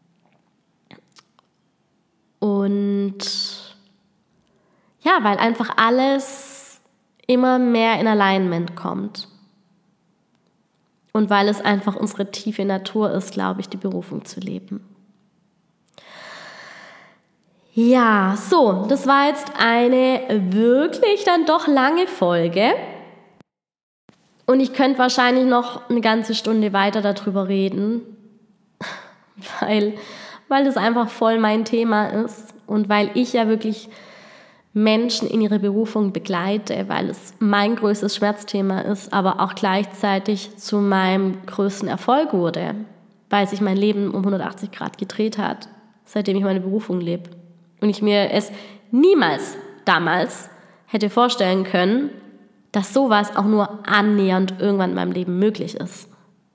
Und ja, weil einfach alles immer mehr in Alignment kommt. Und weil es einfach unsere tiefe Natur ist, glaube ich, die Berufung zu leben. Ja, so, das war jetzt eine wirklich dann doch lange Folge. Und ich könnte wahrscheinlich noch eine ganze Stunde weiter darüber reden, weil das einfach voll mein Thema ist und weil ich ja wirklich Menschen in ihre Berufung begleite, weil es mein größtes Schmerzthema ist, aber auch gleichzeitig zu meinem größten Erfolg wurde, weil sich mein Leben um 180 Grad gedreht hat, seitdem ich meine Berufung lebe. Und ich mir es niemals damals hätte vorstellen können, dass sowas auch nur annähernd irgendwann in meinem Leben möglich ist.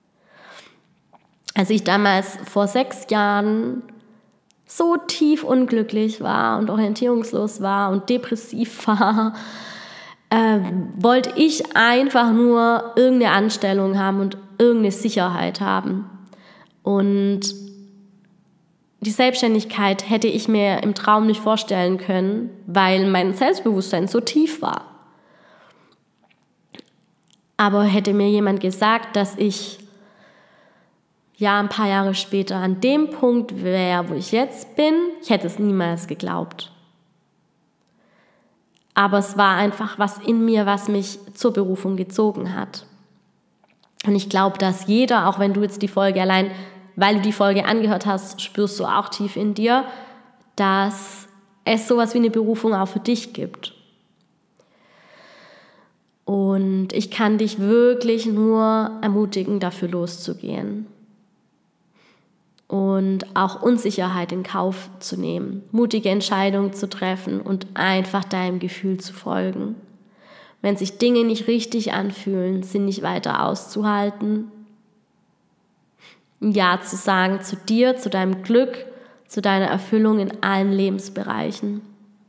Als ich damals vor 6 Jahren so tief unglücklich war und orientierungslos war und depressiv war, wollte ich einfach nur irgendeine Anstellung haben und irgendeine Sicherheit haben. Und die Selbstständigkeit hätte ich mir im Traum nicht vorstellen können, weil mein Selbstbewusstsein so tief war. Aber hätte mir jemand gesagt, dass ich ein paar Jahre später an dem Punkt wäre, wo ich jetzt bin, ich hätte es niemals geglaubt. Aber es war einfach was in mir, was mich zur Berufung gezogen hat. Und ich glaube, dass jeder, auch wenn du jetzt die Folge allein, weil du die Folge angehört hast, spürst du auch tief in dir, dass es sowas wie eine Berufung auch für dich gibt. Und ich kann dich wirklich nur ermutigen, dafür loszugehen. Und auch Unsicherheit in Kauf zu nehmen, mutige Entscheidungen zu treffen und einfach deinem Gefühl zu folgen. Wenn sich Dinge nicht richtig anfühlen, sind nicht weiter auszuhalten. Ja zu sagen zu dir, zu deinem Glück, zu deiner Erfüllung in allen Lebensbereichen.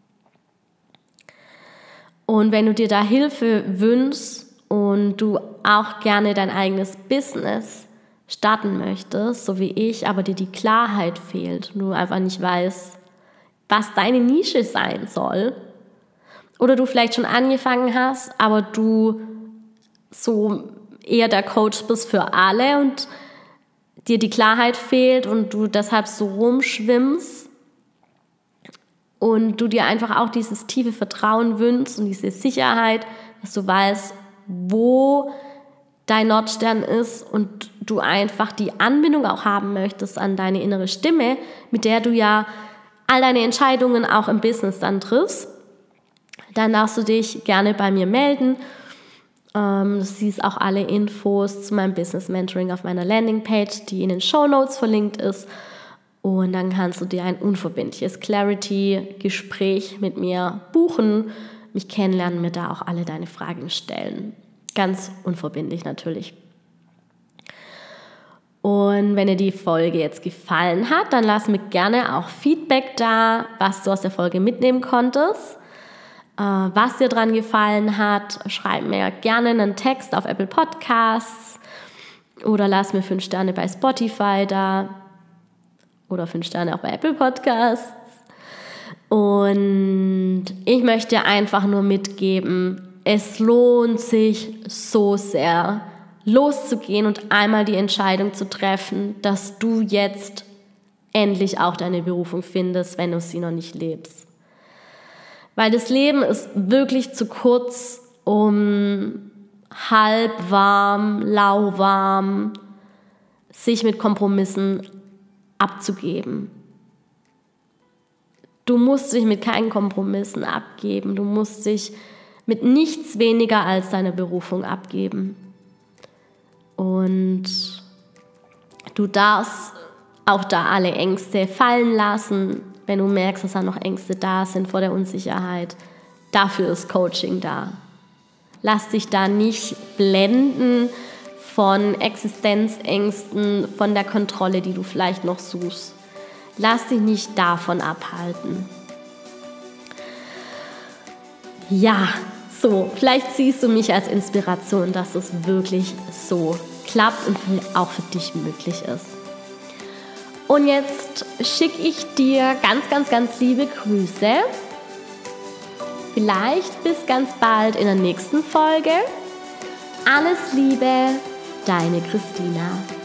Und wenn du dir da Hilfe wünschst und du auch gerne dein eigenes Business starten möchtest, so wie ich, aber dir die Klarheit fehlt, du einfach nicht weißt, was deine Nische sein soll, oder du vielleicht schon angefangen hast, aber du so eher der Coach bist für alle und dir die Klarheit fehlt und du deshalb so rumschwimmst und du dir einfach auch dieses tiefe Vertrauen wünschst und diese Sicherheit, dass du weißt, wo dein Nordstern ist und du einfach die Anbindung auch haben möchtest an deine innere Stimme, mit der du ja all deine Entscheidungen auch im Business dann triffst, dann darfst du dich gerne bei mir melden. Du siehst auch alle Infos zu meinem Business Mentoring auf meiner Landingpage, die in den Shownotes verlinkt ist. Und dann kannst du dir ein unverbindliches Clarity-Gespräch mit mir buchen, mich kennenlernen, mir da auch alle deine Fragen stellen. Ganz unverbindlich natürlich. Und wenn dir die Folge jetzt gefallen hat, dann lass mir gerne auch Feedback da, was du aus der Folge mitnehmen konntest. Was dir dran gefallen hat, schreib mir gerne einen Text auf Apple Podcasts oder lass mir 5 Sterne bei Spotify da oder 5 Sterne auch bei Apple Podcasts. Und ich möchte einfach nur mitgeben, es lohnt sich so sehr, loszugehen und einmal die Entscheidung zu treffen, dass du jetzt endlich auch deine Berufung findest, wenn du sie noch nicht lebst. Weil das Leben ist wirklich zu kurz, um halb warm, lauwarm sich mit Kompromissen abzugeben. Du musst dich mit keinen Kompromissen abgeben. Du musst dich mit nichts weniger als deiner Berufung abgeben. Und du darfst auch da alle Ängste fallen lassen, wenn du merkst, dass da noch Ängste da sind vor der Unsicherheit. Dafür ist Coaching da. Lass dich da nicht blenden von Existenzängsten, von der Kontrolle, die du vielleicht noch suchst. Lass dich nicht davon abhalten. Ja, so, vielleicht siehst du mich als Inspiration, dass es wirklich so klappt und auch für dich möglich ist. Und jetzt schicke ich dir ganz, ganz, ganz liebe Grüße. Vielleicht bis ganz bald in der nächsten Folge. Alles Liebe, deine Christina.